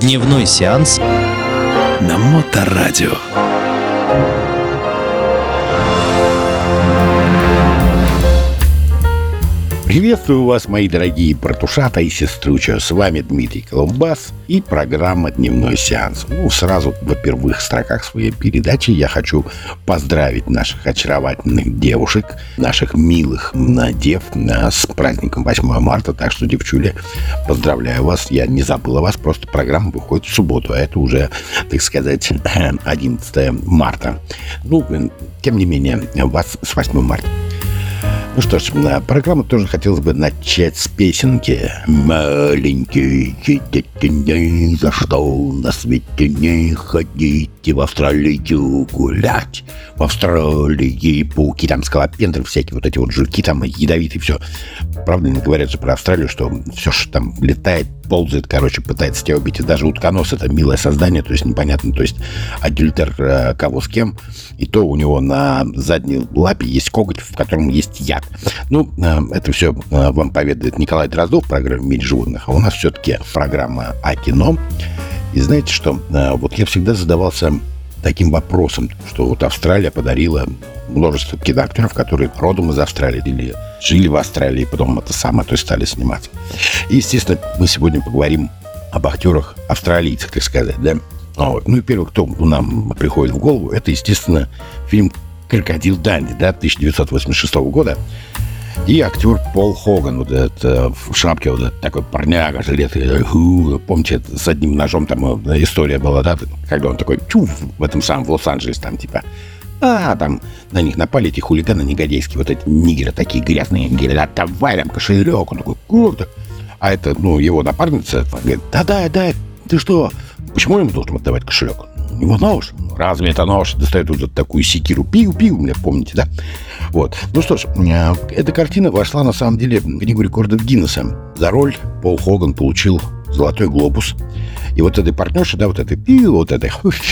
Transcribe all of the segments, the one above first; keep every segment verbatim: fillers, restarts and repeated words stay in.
Дневной сеанс на Моторадио. Приветствую вас, мои дорогие братушата и сеструча. С вами Дмитрий Колумбас и программа «Дневной сеанс». Ну, сразу во первых строках своей передачи я хочу поздравить наших очаровательных девушек, наших милых дев с праздником восьмого марта. Так что, девчули, поздравляю вас. Я не забыл о вас, просто программа выходит в субботу, а это уже, так сказать, одиннадцатое марта. Ну, тем не менее, вас с восьмого марта. Ну что ж, программу тоже хотелось бы начать с песенки. Маленькие дети, за что на свете не ходите в Австралию гулять? В Австралии пауки, там скалопендры всякие, вот эти вот жуки там ядовитые, все. Правда, не говорят же про Австралию, что все, что там летает, ползает, короче, пытается тебя убить. И даже утконос — это милое создание, то есть непонятно, то есть адюльтер э, кого с кем. И то у него на задней лапе есть коготь, в котором есть яд. Ну, э, это все э, вам поведает Николай Дроздов в программе «Мир животных», а у нас все-таки программа о кино. И знаете что? Э, вот я всегда задавался таким вопросом, что вот Австралия подарила множество киноактеров, которые родом из Австралии или жили в Австралии, и потом это самое, то есть стали сниматься. И, естественно, мы сегодня поговорим об актерах австралийцах, так сказать, да? Вот. Ну и первый, кто нам приходит в голову, это, естественно, фильм «Крокодил Данди», да, тысяча девятьсот восемьдесят шестого года. И актер Пол Хоган, вот этот в шапке, вот этот такой парняга, жилетный, помните, с одним ножом там история была, да, когда он такой, чуф, в этом самом, в Лос-Анджелесе, там, типа, а, там, на них напали эти хулиганы негодяйские, вот эти нигеры такие грязные, говорят, давай там кошелек, он такой, круто. А это, ну, его напарница говорит, да-да, да, ты что, почему я ему должен отдавать кошелек? У него нож. Разве это нож? Достает вот такую секиру. Пиу-пиу, мне помните, да? Вот. Ну что ж, эта картина вошла, на самом деле, в книгу рекордов Гиннесса. За роль Пол Хоган получил «Золотой глобус». И вот этой партнершей, да, вот этой пиу, вот этой,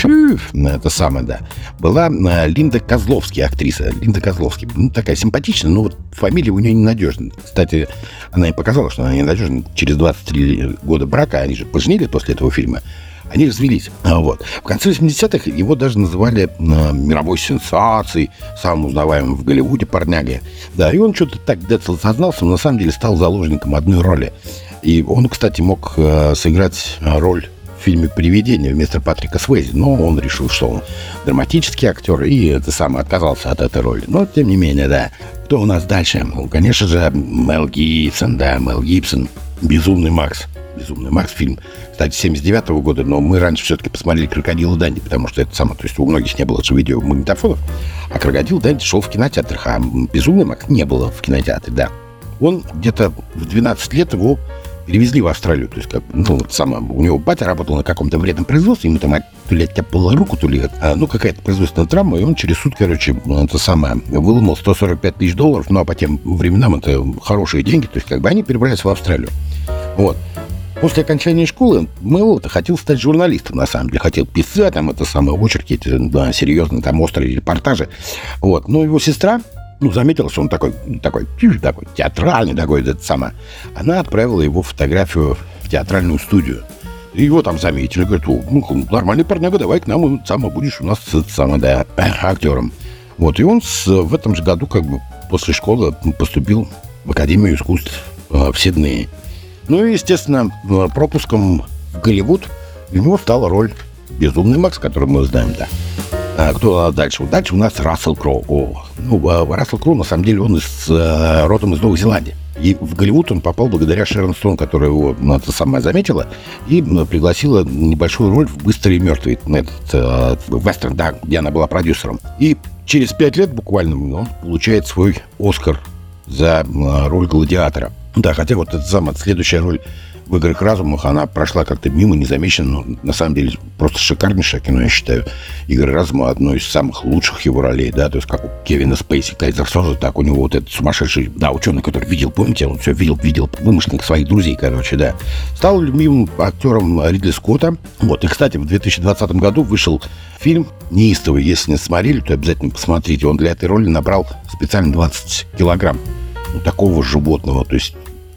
это самое, да, была Линда Козловский, актриса. Линда Козловский. Ну, такая симпатичная, но вот фамилия у нее ненадежная. Кстати, она и показала, что она ненадежна. Через двадцать три года брака, они же поженились после этого фильма, они развелись. Вот. В конце восьмидесятых его даже называли э, мировой сенсацией, самым узнаваемым в Голливуде парнягой. Да, и он что-то так где-то сознался, но на самом деле стал заложником одной роли. И он, кстати, мог э, сыграть роль в фильме «Привидение» вместо Патрика Суэйзи, но он решил, что он драматический актер, и это самое, отказался от этой роли. Но, тем не менее, да. Кто у нас дальше? Ну, конечно же, Мел Гибсон, да, Мел Гибсон, «Безумный Макс». «Безумный Макс» фильм, кстати, семьдесят девятого года, но мы раньше все-таки посмотрели «Крокодила Данди», потому что это самое, то есть у многих не было же видеомагнитофонов, а «Крокодил Данди» шел в кинотеатрах, а «Безумный Макс» не было в кинотеатре, да. Он где-то в двенадцать лет его перевезли в Австралию, то есть, как, ну, самое, у него батя работал на каком-то вредном производстве, ему там то ли оттяпало руку, то ли, а, ну, какая-то производственная травма, и он через суд, короче, это самое, выломал сто сорок пять тысяч долларов, ну, а по тем временам это хорошие деньги, то есть, как бы они перебрались в Австралию. Вот. После окончания школы Мэл хотел стать журналистом, на самом деле. Хотел писать, там, это самое, очерки, эти, да, серьезные, там, острые репортажи. Вот. Но его сестра, ну, заметила, что он такой, такой, такой театральный, такой, это самое. Она отправила его фотографию в театральную студию. И его там заметили. Говорят, о, ну, нормальный парняга, давай к нам, сама будешь у нас, это самое, да, актером. Вот. И он с, в этом же году, как бы, после школы поступил в Академию искусств э, в Сиднее. Ну и, естественно, пропуском в Голливуд у него стала роль «Безумный Макс», которую мы знаем, да. А кто дальше? Дальше у нас Рассел Кроу. О, ну, Рассел Кроу, на самом деле, он из, родом из Новой Зеландии. И в Голливуд он попал благодаря Шерон Стоун, которая его, ну, это сама заметила, и пригласила небольшую роль в «Быстрый и мертвый», этот э, вестерн, да, где она была продюсером. И через пять лет буквально он получает свой «Оскар» за роль гладиатора. Да, хотя вот эта самая следующая роль в «Играх разумах», она прошла как-то мимо, незамеченно, но на самом деле просто шикарнейшее кино, я считаю. «Игры разума» — одно из самых лучших его ролей, да, то есть как у Кевина Спейси, Кайзер Соза, так у него вот этот сумасшедший, да, ученый, который видел, помните, он все видел, видел вымышленных своих друзей, короче, да. Стал любимым актером Ридли Скотта. Вот, и, кстати, в две тысячи двадцатом году вышел фильм «Неистовый». Если не смотрели, то обязательно посмотрите. Он для этой роли набрал специально двадцать килограмм. Ну, такого животного, то есть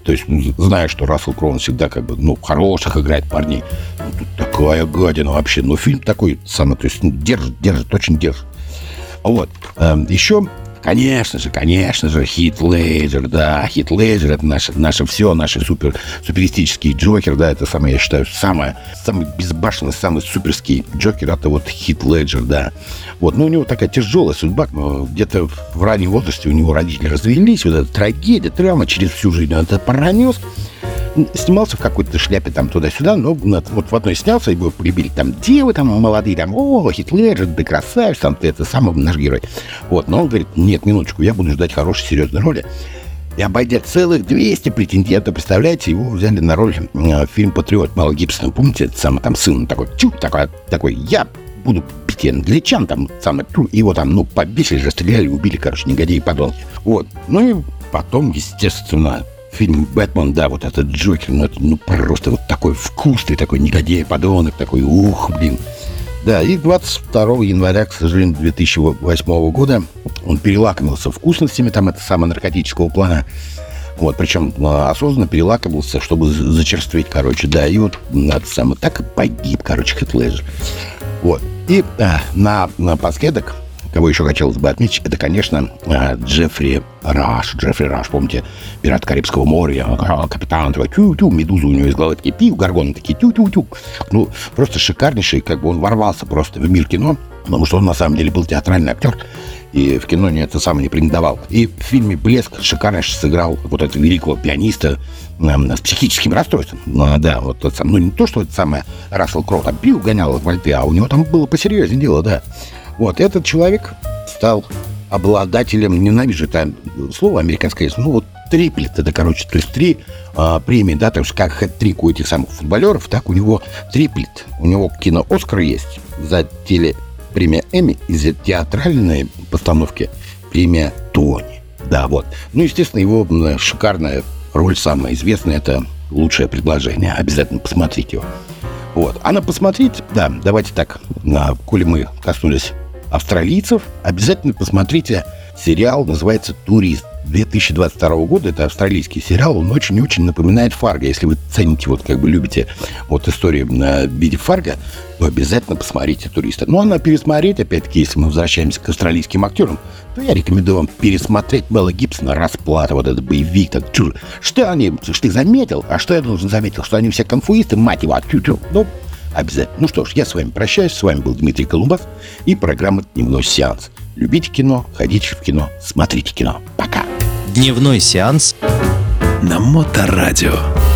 То есть, зная, что Рассел Кроу всегда как бы, ну, хороших играет парней. Ну, тут такая гадина вообще. Ну, фильм такой самый, то есть, ну, держит, держит, очень держит. Вот. Эм, еще, конечно же, конечно же, Хит Леджер, да, Хит Леджер — это наше, наше все, наш супер, суперистический Джокер, да, это самый, я считаю, самый, самый безбашенный, самый суперский Джокер, это вот Хит Леджер, да. Вот, ну, у него такая тяжелая судьба, где-то в раннем возрасте у него родители развелись, вот эта трагедия, травма, через всю жизнь он это пронес. Снимался в какой-то шляпе там туда-сюда, но вот в одной снялся, его полюбили там девы там молодые, там, о, Хит Леджер, да красавец, там, ты это самый наш герой. Вот, но он говорит, нет, минуточку, я буду ждать хорошей, серьезной роли. И обойдя целых двести претендентов, представляете, его взяли на роль э, фильм «Патриот» Мела Гибсона. Помните, это самый там сын такой, чу, такой, такой, я буду бить англичан, там, самый, его там, ну, побесили, расстреляли, убили, короче, негодяи и подонки. Вот, ну и потом, естественно, фильм «Бэтмен», да, вот этот Джокер, ну, это, ну, просто вот такой вкусный, такой негодяй, подонок, такой, ух, блин. Да, и двадцать второго января, к сожалению, две тысячи восьмого года он перелакомился вкусностями, там, это самого наркотического плана. Вот, причем осознанно перелакомился, чтобы зачерстветь, короче, да, и вот это самое, так и погиб, короче, Хит Леджер. Вот, и а, на, напоследок, кого еще хотелось бы отметить, это, конечно, Джеффри Раш. Джеффри Раш, помните, «Пират Карибского моря», капитан такой, тю-тю, медуза у него из головы такие, пиу, горгоны такие, тю-тю-тю. Ну, просто шикарнейший, как бы он ворвался просто в мир кино, потому что он на самом деле был театральный актер, и в кино не это самое не претендовал. И в фильме «Блеск» шикарно сыграл вот этого великого пианиста э, с психическим расстройством. Ну, да, вот тот самый, ну, не то, что это самое Рассел Кроу там пил, гонял в Альпе, а у него там было посерьезнее дело, да. Вот, этот человек стал обладателем, ненавижу это слово американское, ну вот триплет, это, короче, то есть три а, премии, да, то есть как хэт-трик у этих самых футболеров, так у него триплет. У него кино-Оскар есть за телепремия Эмми и за театральные постановки премия Тони. Да, вот. Ну, естественно, его шикарная роль, самая известная, это «Лучшее предложение». Обязательно посмотрите его. Вот. А на посмотреть, да, давайте так, на, коли мы коснулись австралийцев, обязательно посмотрите сериал, называется «Турист». две тысячи двадцать второго года, это австралийский сериал, он очень-очень напоминает «Фарго». Если вы цените, вот как бы любите вот историю в виде «Фарго», то обязательно посмотрите «Туриста». Ну, а на пересмотреть, опять-таки, если мы возвращаемся к австралийским актерам, то я рекомендую вам пересмотреть Мела Гибсона «Расплата», вот этот боевик. Так, чу, что они, что ты заметил? А что я должен заметил? Что они все конфуисты, мать его, тю-тю. Ну, обязательно. Ну что ж, я с вами прощаюсь. С вами был Дмитрий Колумбас и программа «Дневной сеанс». Любите кино, ходите в кино, смотрите кино. Пока. Дневной сеанс на Моторадио.